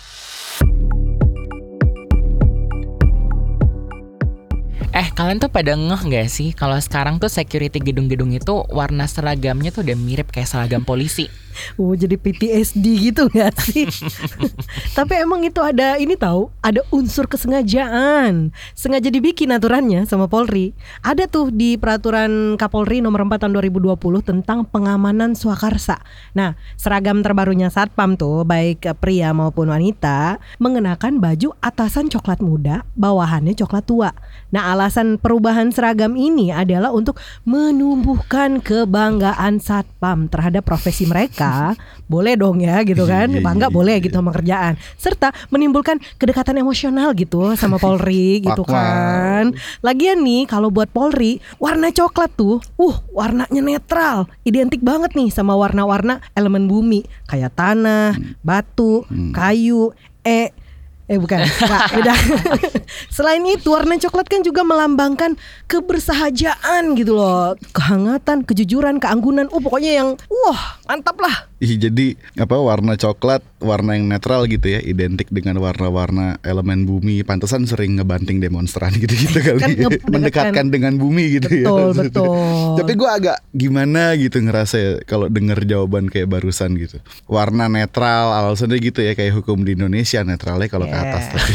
Speaker 4: Eh, kalian tuh pada ngeh gak sih kalau sekarang tuh security gedung-gedung itu warna seragamnya tuh udah mirip kayak seragam polisi?
Speaker 1: Oh, jadi P T S D gitu gak sih? Tapi emang itu ada ini tahu, ada unsur kesengajaan. Sengaja dibikin aturannya sama Polri. Ada tuh di peraturan Kapolri nomor empat tahun dua ribu dua puluh tentang pengamanan swakarsa. Nah, seragam terbarunya Satpam tuh, baik pria maupun wanita, mengenakan baju atasan coklat muda, bawahannya coklat tua. Nah, alasan perubahan seragam ini adalah untuk menumbuhkan kebanggaan Satpam terhadap profesi mereka. Boleh dong ya gitu kan, bangga boleh gitu sama kerjaan, serta menimbulkan kedekatan emosional gitu sama Polri gitu kan. Lagian nih kalau buat Polri, warna coklat tuh uh warnanya netral, identik banget nih sama warna-warna elemen bumi kayak tanah, batu, kayu, eh Eh bukan, enggak, udah. Selain itu warna coklat kan juga melambangkan kebersahajaan gitu loh, kehangatan, kejujuran, keanggunan. Oh pokoknya yang wah mantap lah.
Speaker 3: Ih, jadi apa warna coklat, warna yang netral gitu ya, identik dengan warna-warna elemen bumi. Pantesan sering ngebanting demonstran gitu-gitu kali.
Speaker 1: Kan
Speaker 3: ya. Mendekatkan dengan bumi gitu
Speaker 1: betul,
Speaker 3: ya.
Speaker 1: Betul betul.
Speaker 3: Tapi gue agak gimana gitu ngerasa ya kalau denger jawaban kayak barusan gitu. Warna netral, alasannya gitu ya, kayak hukum di Indonesia netralnya kalau yeah. ke atas tapi.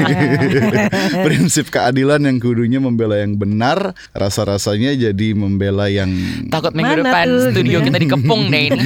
Speaker 3: Yeah. Prinsip keadilan yang kudunya membela yang benar, rasa-rasanya jadi membela yang
Speaker 4: takut minggu
Speaker 1: Mana
Speaker 4: depan
Speaker 1: tuh,
Speaker 4: studio
Speaker 1: ya?
Speaker 4: kita dikepung deh ini.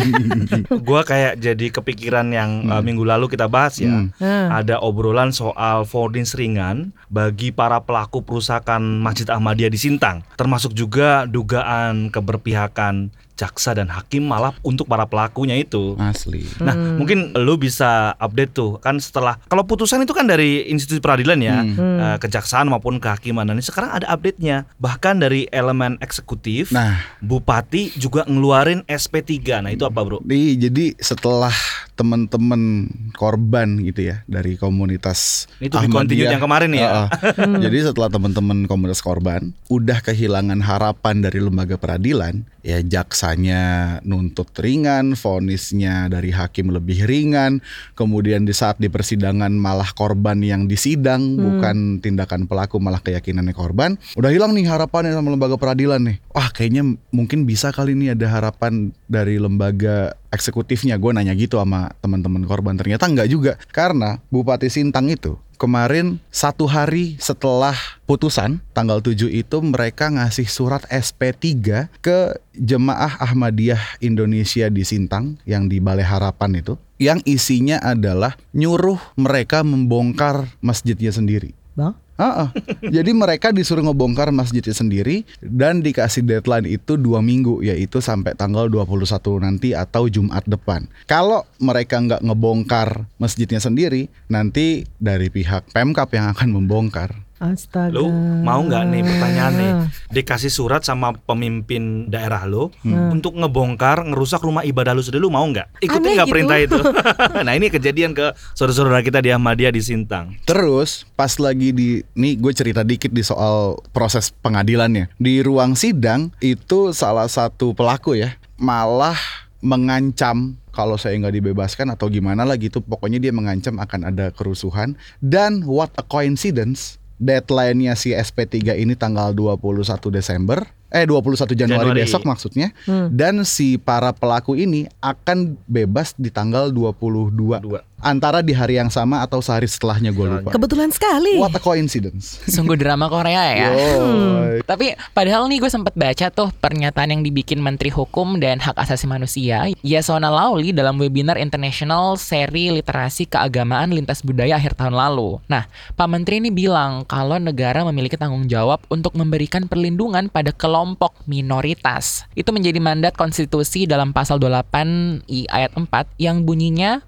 Speaker 2: Gue kayak jadi kepikiran yang hmm. uh, minggu lalu kita bahas ya.
Speaker 3: Hmm.
Speaker 1: Hmm.
Speaker 2: Ada obrolan soal vonis ringan bagi para pelaku perusakan Masjid Ahmadiyah di Sintang, termasuk juga dugaan keberpihakan jaksa dan hakim malah untuk para pelakunya itu.
Speaker 3: Asli.
Speaker 2: Nah, hmm. mungkin lu bisa update tuh kan setelah, kalau putusan itu kan dari institusi peradilan ya,
Speaker 3: Hmm.
Speaker 2: uh, kejaksaan maupun kehakiman. Nah, ini sekarang ada update-nya. Bahkan dari elemen eksekutif,
Speaker 3: Nah,
Speaker 2: Bupati juga ngeluarin S P tiga. Nah, itu apa, Bro?
Speaker 3: Nih, jadi setelah teman-teman korban gitu ya dari komunitas
Speaker 2: Itu di continue yang kemarin ya.
Speaker 3: Uh, uh. Jadi setelah teman-teman komunitas korban udah kehilangan harapan dari lembaga peradilan, ya jaksanya nuntut ringan, vonisnya dari hakim lebih ringan, kemudian di saat di persidangan malah korban yang disidang, hmm. bukan tindakan pelaku malah keyakinannya korban. Udah hilang nih harapannya sama lembaga peradilan nih. Wah, kayaknya mungkin bisa kali ini ada harapan dari lembaga eksekutifnya. Gue nanya gitu sama teman-teman korban, ternyata enggak juga. Karena Bupati Sintang itu kemarin satu hari setelah putusan tanggal tujuh itu mereka ngasih surat S P tiga ke Jemaah Ahmadiyah Indonesia di Sintang yang di Balai Harapan itu, yang isinya adalah nyuruh mereka membongkar masjidnya sendiri.
Speaker 1: Bang?
Speaker 3: Uh-uh. Jadi mereka disuruh ngebongkar masjidnya sendiri dan dikasih deadline itu dua minggu, yaitu sampai tanggal dua puluh satu nanti atau Jumat depan. Kalau mereka nggak ngebongkar masjidnya sendiri, nanti dari pihak Pemkab yang akan membongkar.
Speaker 1: Astaga.
Speaker 2: Lu mau nggak nih, pertanyaan nih, dikasih surat sama pemimpin daerah lu hmm. untuk ngebongkar, ngerusak rumah ibadah lu sendiri, lu mau nggak? Ikutin nggak
Speaker 1: gitu.
Speaker 2: perintah itu? Nah, ini kejadian ke saudara-saudara kita di Ahmadiyah di Sintang.
Speaker 3: Terus pas lagi di, nih gue cerita dikit di soal proses pengadilannya. Di ruang sidang itu salah satu pelaku ya malah mengancam kalau saya nggak dibebaskan atau gimana lah gitu. Pokoknya dia mengancam akan ada kerusuhan. Dan what a coincidence, deadline-nya si S P tiga ini tanggal dua puluh satu Desember, eh dua puluh satu Januari, Januari. besok maksudnya. Hmm. Dan si para pelaku ini akan bebas di tanggal dua puluh dua. Dua. Antara di hari yang sama atau sehari setelahnya, gue lupa.
Speaker 1: Kebetulan sekali.
Speaker 3: What a coincidence.
Speaker 4: Sungguh drama Korea ya. Hmm. Tapi padahal nih gue sempat baca tuh pernyataan yang dibikin Menteri Hukum dan Hak Asasi Manusia Yasona Lauli dalam webinar International Seri Literasi Keagamaan Lintas Budaya akhir tahun lalu. Nah, Pak Menteri ini bilang kalau negara memiliki tanggung jawab untuk memberikan perlindungan pada kelompok minoritas. Itu menjadi mandat konstitusi dalam pasal dua puluh delapan I ayat empat yang bunyinya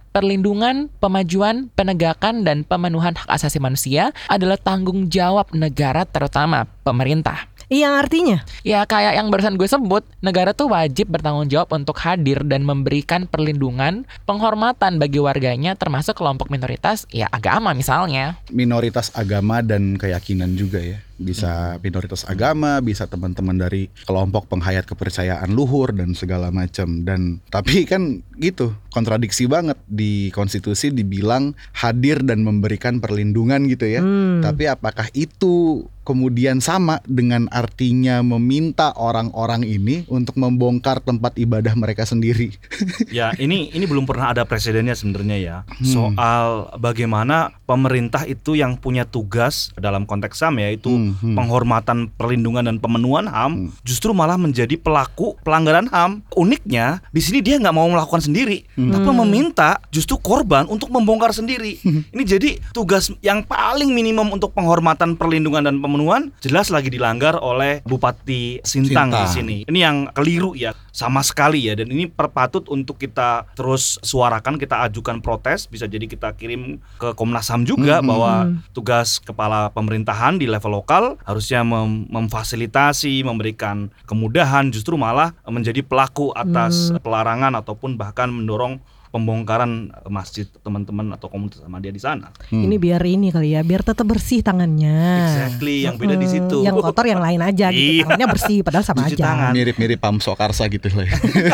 Speaker 4: perlindungan, pemajuan, penegakan, dan pemenuhan hak asasi manusia adalah tanggung jawab negara, terutama pemerintah.
Speaker 1: Yang artinya?
Speaker 4: Ya kayak yang barusan gue sebut, negara tuh wajib bertanggung jawab untuk hadir dan memberikan perlindungan, penghormatan bagi warganya termasuk kelompok minoritas, ya agama misalnya.
Speaker 3: Minoritas agama dan keyakinan juga ya. Bisa minoritas agama, bisa teman-teman dari kelompok penghayat kepercayaan luhur dan segala macam. Dan tapi kan gitu, kontradiksi banget di konstitusi dibilang hadir dan memberikan perlindungan gitu ya.
Speaker 1: Hmm.
Speaker 3: Tapi apakah itu kemudian sama dengan artinya meminta orang-orang ini untuk membongkar tempat ibadah mereka sendiri?
Speaker 2: Ya, ini ini belum pernah ada presidennya sebenarnya ya.
Speaker 3: Hmm.
Speaker 2: Soal bagaimana pemerintah itu yang punya tugas dalam konteks H A M yaitu
Speaker 3: Hmm. Hmm.
Speaker 2: penghormatan, perlindungan dan pemenuhan H A M,
Speaker 3: Hmm.
Speaker 2: justru malah menjadi pelaku pelanggaran H A M. Uniknya di sini dia nggak mau melakukan sendiri,
Speaker 3: Hmm.
Speaker 2: tapi meminta justru korban untuk membongkar sendiri. Ini jadi tugas yang paling minimum untuk penghormatan, perlindungan dan pemenuhan jelas lagi dilanggar oleh Bupati Sintang
Speaker 3: Sintang.
Speaker 2: di sini. Ini yang keliru ya, sama sekali ya. Dan ini perpatut untuk kita terus suarakan, kita ajukan protes. Bisa jadi kita kirim ke Komnas H A M juga
Speaker 3: Hmm.
Speaker 2: bahwa tugas kepala pemerintahan di level lokal harusnya mem- memfasilitasi, memberikan kemudahan, justru malah menjadi pelaku atas pelarangan ataupun bahkan mendorong pembongkaran masjid teman-teman atau komunitas Ahmadiyah di sana.
Speaker 3: Hmm.
Speaker 1: Ini biar ini kali ya, biar tetap bersih tangannya.
Speaker 2: Exactly, yang beda di
Speaker 1: Mm-mm.
Speaker 2: situ.
Speaker 1: Yang kotor yang lain aja gitu.
Speaker 2: Iya.
Speaker 1: Tangannya bersih padahal sama
Speaker 2: Cuci
Speaker 1: aja.
Speaker 2: tangan.
Speaker 3: Mirip-mirip Pam Soekarsa gitu lah ya.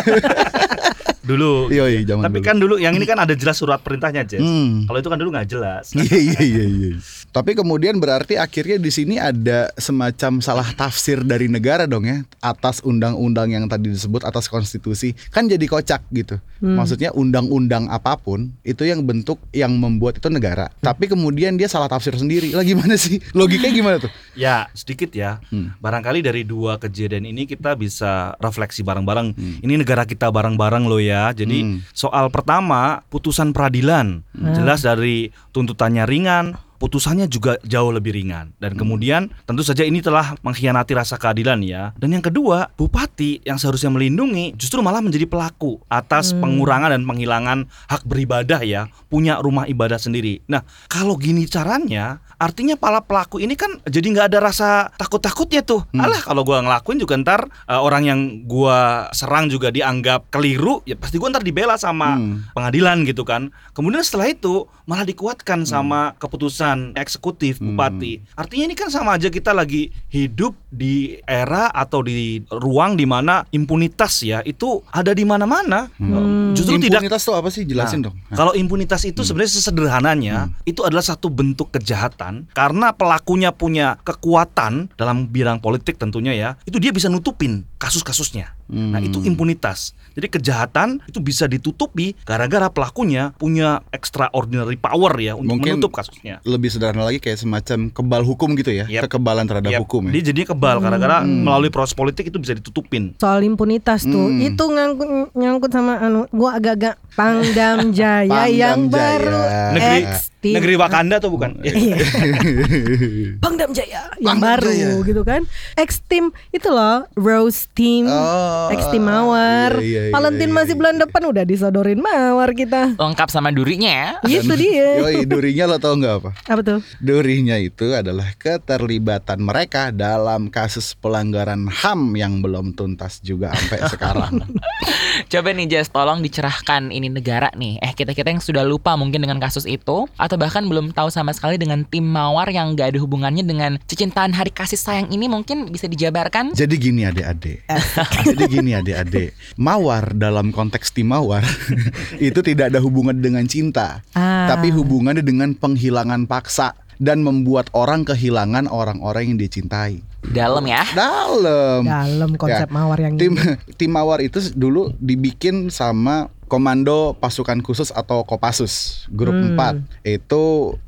Speaker 2: Dulu.
Speaker 3: Iya, iya, zaman
Speaker 2: Tapi
Speaker 3: dulu.
Speaker 2: kan dulu yang ini kan ada jelas surat perintahnya, Jess.
Speaker 3: Hmm.
Speaker 2: Kalau itu kan dulu nggak jelas.
Speaker 3: Iya iya iya iya. Tapi kemudian berarti akhirnya di sini ada semacam salah tafsir dari negara dong ya atas undang-undang yang tadi disebut, atas konstitusi. Kan jadi kocak gitu. Maksudnya undang-undang apapun itu yang bentuk yang membuat itu negara. Tapi kemudian dia salah tafsir sendiri. Lah gimana sih? Logikanya gimana tuh?
Speaker 2: Ya sedikit ya.
Speaker 3: Hmm.
Speaker 2: Barangkali dari dua kejadian ini kita bisa refleksi bareng-bareng.
Speaker 3: Hmm.
Speaker 2: Ini negara kita bareng-bareng loh ya. Jadi
Speaker 3: Hmm.
Speaker 2: soal pertama putusan peradilan jelas dari tuntutannya ringan, putusannya juga jauh lebih ringan. Dan kemudian tentu saja ini telah mengkhianati rasa keadilan ya. Dan yang kedua, bupati yang seharusnya melindungi justru malah menjadi pelaku atas pengurangan dan penghilangan hak beribadah ya, punya rumah ibadah sendiri. Nah, kalau gini caranya, artinya para pelaku ini kan jadi nggak ada rasa takut-takutnya tuh. Alah, kalau gua ngelakuin juga ntar uh, orang yang gua serang juga dianggap keliru, ya pasti gua ntar dibela sama
Speaker 3: Hmm.
Speaker 2: pengadilan gitu kan. Kemudian setelah itu malah dikuatkan sama keputusan eksekutif bupati. Artinya ini kan sama aja kita lagi hidup di era atau di ruang di mana impunitas ya itu ada di mana-mana. Justru tidak.
Speaker 3: Impunitas tuh apa sih? Jelasin
Speaker 2: Nah,
Speaker 3: dong.
Speaker 2: Kalau impunitas itu sebenarnya sesederhananya itu adalah satu bentuk kejahatan karena pelakunya punya kekuatan dalam bidang politik tentunya ya. Itu dia bisa nutupin kasus-kasusnya. Nah, itu impunitas. Jadi kejahatan itu bisa ditutupi gara-gara pelakunya punya extraordinary power ya untuk
Speaker 3: Mungkin
Speaker 2: menutup kasusnya.
Speaker 3: Lebih sederhana lagi kayak semacam kebal hukum gitu ya.
Speaker 2: Yep.
Speaker 3: Kekebalan terhadap
Speaker 2: Yep,
Speaker 3: hukum ya.
Speaker 2: Dia jadinya kebal gara-gara melalui proses politik itu bisa ditutupin.
Speaker 1: Soal impunitas tuh,
Speaker 3: Hmm.
Speaker 1: itu ngangkut nyangkut sama anu, gua agak-agak Pangdam Jaya
Speaker 3: Pangdam
Speaker 1: yang
Speaker 3: Jaya.
Speaker 1: baru
Speaker 2: Negeri
Speaker 1: X-Team.
Speaker 2: negeri Wakanda tuh bukan?
Speaker 1: Iya. Pangdam Jaya yang
Speaker 3: Pangdam
Speaker 1: baru
Speaker 3: Jaya.
Speaker 1: gitu kan. X-Team itu loh, Rose Team,
Speaker 3: Oh,
Speaker 1: X-Team Mawar.
Speaker 3: iya, iya,
Speaker 1: Valentine
Speaker 3: iya,
Speaker 1: masih
Speaker 3: iya.
Speaker 1: bulan depan udah disodorin Mawar kita.
Speaker 4: Lengkap sama durinya ya.
Speaker 1: Itu dia.
Speaker 3: Yoi, durinya lo tau nggak apa?
Speaker 1: Apa tuh?
Speaker 3: Durinya itu adalah keterlibatan mereka dalam kasus pelanggaran H A M yang belum tuntas juga sampai sekarang.
Speaker 4: Coba nih Jess, tolong dicerahkan ini negara nih. Eh kita-kita yang sudah lupa mungkin dengan kasus itu, atau bahkan belum tahu sama sekali dengan tim Mawar yang gak ada hubungannya dengan kecintaan hari kasih sayang ini, mungkin bisa dijabarkan?
Speaker 3: Jadi gini adik-adik. Jadi gini adik-adik. Mawar dalam konteks tim Mawar itu tidak ada hubungan dengan cinta,
Speaker 1: Ah.
Speaker 3: tapi hubungannya dengan penghilangan paksa dan membuat orang kehilangan orang-orang yang dicintai.
Speaker 4: Dalam ya.
Speaker 3: Dalam.
Speaker 1: Dalam konsep
Speaker 3: Ya,
Speaker 1: Mawar yang
Speaker 3: tim
Speaker 1: ini.
Speaker 3: tim Mawar itu dulu dibikin sama Komando Pasukan Khusus atau Kopassus Grup
Speaker 1: Hmm.
Speaker 3: empat. Itu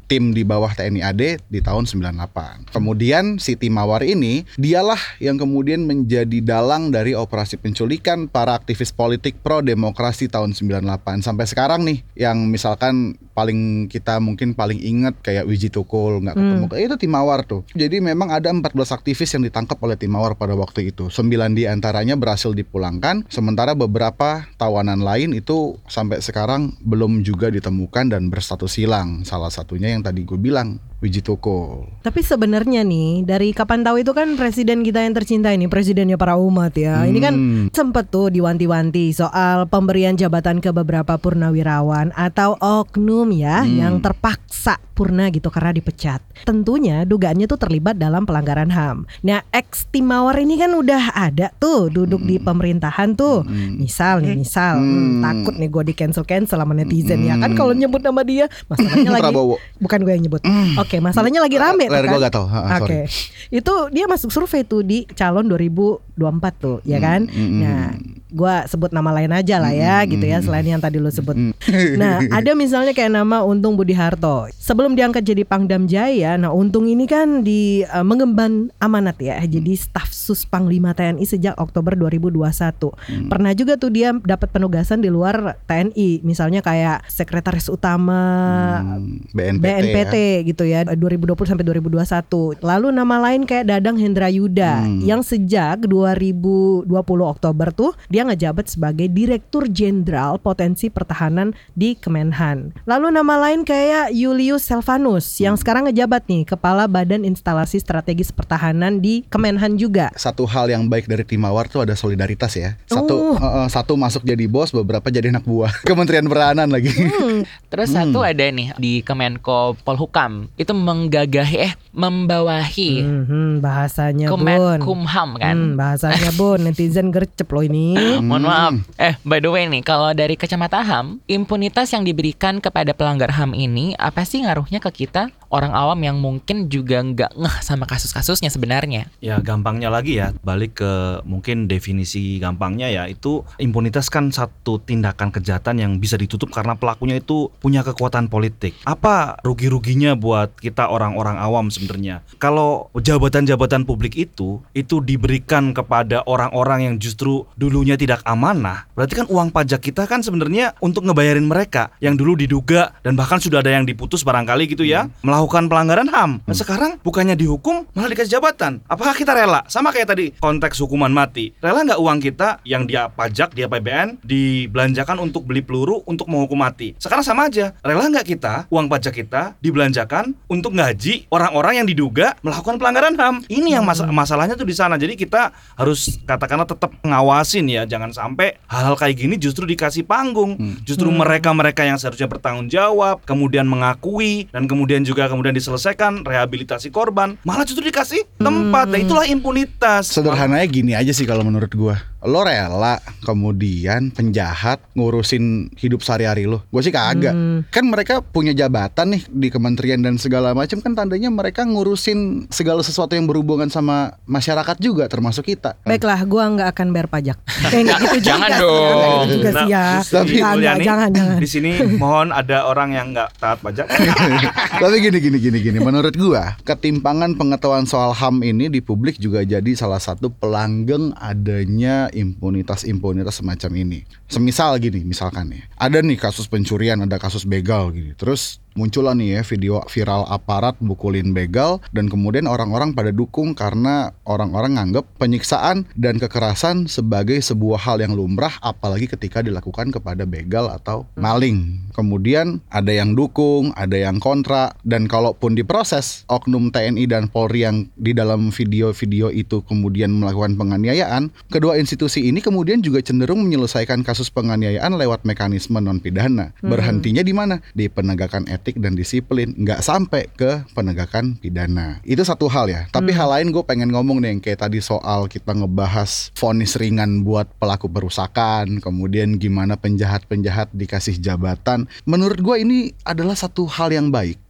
Speaker 3: tim di bawah T N I A D di tahun sembilan puluh delapan. Kemudian si Timawar ini dialah yang kemudian menjadi dalang dari operasi penculikan para aktivis politik pro demokrasi tahun sembilan puluh delapan sampai sekarang nih, yang misalkan paling kita mungkin paling ingat kayak Wiji Tukul nggak ketemu, hmm. itu Timawar tuh. Jadi memang ada empat belas aktivis yang ditangkap oleh Timawar pada waktu itu. Sembilan diantaranya berhasil dipulangkan, sementara beberapa tawanan lain itu sampai sekarang belum juga ditemukan dan berstatus hilang. Salah satunya yang tadi gue bilang, Wiji Tukul.
Speaker 1: Tapi sebenarnya nih, dari kapan tahu itu kan presiden kita yang tercinta ini, presidennya para umat ya. Hmm. Ini kan sempet tuh diwanti-wanti soal pemberian jabatan ke beberapa purnawirawan atau oknum ya, hmm. yang terpaksa purna gitu karena dipecat. Tentunya dugaannya tuh terlibat dalam pelanggaran H A M. Nah, ex Timawar ini kan udah ada tuh duduk hmm. di pemerintahan tuh. Hmm. Misal nih, misal hmm. Hmm, takut nih gue di cancel-cancel sama netizen hmm. ya kan kalau nyebut nama dia. Masalahnya lagi bukan gue yang nyebut. Hmm. Oke, masalahnya lagi rame tuh kan.
Speaker 3: Gue gak tahu. Oke.
Speaker 1: Okay. Itu dia masuk survei tuh di calon dua ribu dua puluh empat tuh, ya kan? Hmm. Nah, gue sebut nama lain aja lah ya, hmm. gitu ya, selain yang tadi lo sebut. Hmm. Nah, ada misalnya kayak nama Untung Budi Harto. Sebelum diangkat jadi Pangdam Jaya, nah Untung ini kan di uh, mengemban amanat ya, jadi staf sus Panglima T N I sejak Oktober dua ribu dua puluh satu. Hmm. Pernah juga tuh dia dapat penugasan di luar T N I, misalnya kayak Sekretaris Utama
Speaker 3: hmm. B N P T,
Speaker 1: B N P T
Speaker 3: ya.
Speaker 1: gitu ya, dua ribu dua puluh sampai dua ribu dua puluh satu. Lalu nama lain kayak Dadang Hendra Yuda hmm. yang sejak dua ribu dua puluh Oktober tuh dia ngejabat sebagai Direktur Jenderal Potensi Pertahanan di Kemenhan. Lalu nama lain kayak Julius Selvanus yang sekarang ngejabat nih Kepala Badan Instalasi Strategis Pertahanan di Kemenhan juga.
Speaker 3: Satu hal yang baik dari Timawar tuh ada solidaritas ya. Satu
Speaker 1: oh.
Speaker 3: uh, satu masuk jadi bos, beberapa jadi anak buah Kementerian Pertahanan lagi.
Speaker 1: Hmm.
Speaker 4: Terus hmm. satu ada nih di Kemenko Polhukam itu menggagahi eh membawahi
Speaker 1: hmm, bahasanya
Speaker 4: Kemenkumham kan.
Speaker 1: Hmm, bahasanya Bun, netizen gercep loh ini.
Speaker 4: Mohon maaf. Eh by the way nih, kalau dari kacamata H A M, impunitas yang diberikan kepada pelanggar H A M ini apa sih ngaruhnya ke kita orang awam yang mungkin juga nggak ngeh sama kasus-kasusnya sebenarnya?
Speaker 2: Ya gampangnya lagi ya, balik ke mungkin definisi gampangnya ya, itu impunitas kan satu tindakan kejahatan yang bisa ditutup karena pelakunya itu punya kekuatan politik. Apa rugi-ruginya buat kita orang-orang awam sebenarnya? Kalau jabatan-jabatan publik itu itu diberikan kepada orang-orang yang justru dulunya tidak amanah, berarti kan uang pajak kita kan sebenarnya untuk ngebayarin mereka yang dulu diduga dan bahkan sudah ada yang diputus barangkali gitu ya, hmm. melakukan pelanggaran H A M. Nah sekarang bukannya dihukum malah dikasih jabatan. Apakah kita rela? Sama kayak tadi konteks hukuman mati. Rela nggak uang kita yang dia pajak, dia P B N dibelanjakan untuk beli peluru untuk menghukum mati? Sekarang sama aja. Rela nggak kita uang pajak kita dibelanjakan untuk ngaji orang-orang yang diduga melakukan pelanggaran H A M? Ini yang mas- masalahnya tuh di sana. Jadi kita harus katakanlah tetap ngawasin ya, jangan sampai hal-hal kayak gini justru dikasih panggung. Hmm. Justru hmm. mereka-mereka yang seharusnya bertanggung jawab, kemudian mengakui dan kemudian juga kemudian diselesaikan rehabilitasi korban, malah justru dikasih tempat. Hmm. Nah itulah impunitas.
Speaker 3: Sederhananya gini aja sih kalau menurut gua. Lo rela kemudian penjahat ngurusin hidup sehari-hari lo? Gue sih kagak. Hmm. Kan mereka punya jabatan nih di kementerian dan segala macam, kan tandanya mereka ngurusin segala sesuatu yang berhubungan sama masyarakat juga, termasuk kita.
Speaker 1: Baiklah, gue nggak akan bayar pajak. Eh, gitu
Speaker 4: jangan dong.
Speaker 1: Nah, gitu juga sih ya.
Speaker 2: Tapi
Speaker 1: enggak, jangan, jangan.
Speaker 2: Di sini mohon ada orang yang nggak taat pajak.
Speaker 3: Tapi gini, gini, gini, gini. Menurut gue, ketimpangan pengetahuan soal H A M ini di publik juga jadi salah satu pelanggeng adanya impunitas-impunitas semacam ini. Semisal gini, misalkan nih, ada nih kasus pencurian, ada kasus begal gitu. Terus muncullah nih ya video viral aparat bukulin begal, dan kemudian orang-orang pada dukung karena orang-orang nganggep penyiksaan dan kekerasan sebagai sebuah hal yang lumrah, apalagi ketika dilakukan kepada begal atau maling. Kemudian ada yang dukung, ada yang kontra, dan kalaupun diproses oknum T N I dan Polri yang di dalam video-video itu kemudian melakukan penganiayaan, kedua institusi ini kemudian juga cenderung menyelesaikan kasus penganiayaan lewat mekanisme non pidana. Hmm. Berhentinya di mana? Di penegakan etik dan disiplin, nggak sampai ke penegakan pidana. Itu satu hal ya. Tapi hmm. hal lain gue pengen ngomong nih, yang kayak tadi soal kita ngebahas vonis ringan buat pelaku perusakan, kemudian gimana penjahat-penjahat dikasih jabatan. Menurut gue ini adalah satu hal yang baik.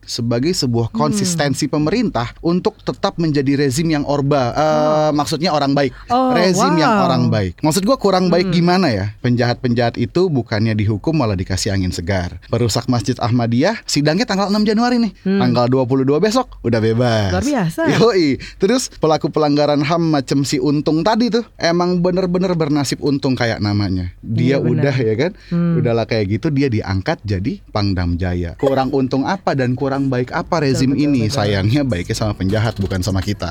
Speaker 3: sebagai sebuah konsistensi hmm. pemerintah untuk tetap menjadi rezim yang orba, uh, oh. maksudnya orang baik,
Speaker 1: oh,
Speaker 3: rezim
Speaker 1: wow.
Speaker 3: yang orang baik. Maksud gue kurang baik hmm. gimana ya? Penjahat-penjahat itu bukannya dihukum malah dikasih angin segar. Perusak Masjid Ahmadiyah sidangnya tanggal enam Januari nih, hmm. tanggal dua puluh dua besok udah bebas.
Speaker 1: Luar biasa.
Speaker 3: Yoi. Terus pelaku pelanggaran H A M macam si Untung tadi tuh emang bener-bener bernasib untung kayak namanya. Dia ya, udah ya kan, hmm. udahlah kayak gitu dia diangkat jadi Pangdam Jaya. Kurang untung apa dan kurang baik apa rezim betul, ini? Betul, betul. Sayangnya baiknya sama penjahat bukan sama kita.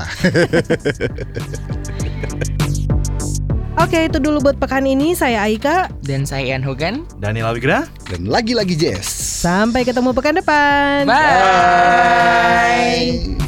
Speaker 1: Oke, itu dulu buat pekan ini. Saya Aika
Speaker 4: dan saya Ian Hogan,
Speaker 2: Daniel Awigra,
Speaker 3: dan lagi-lagi Jess.
Speaker 1: Sampai ketemu pekan depan.
Speaker 4: Bye.
Speaker 3: Bye.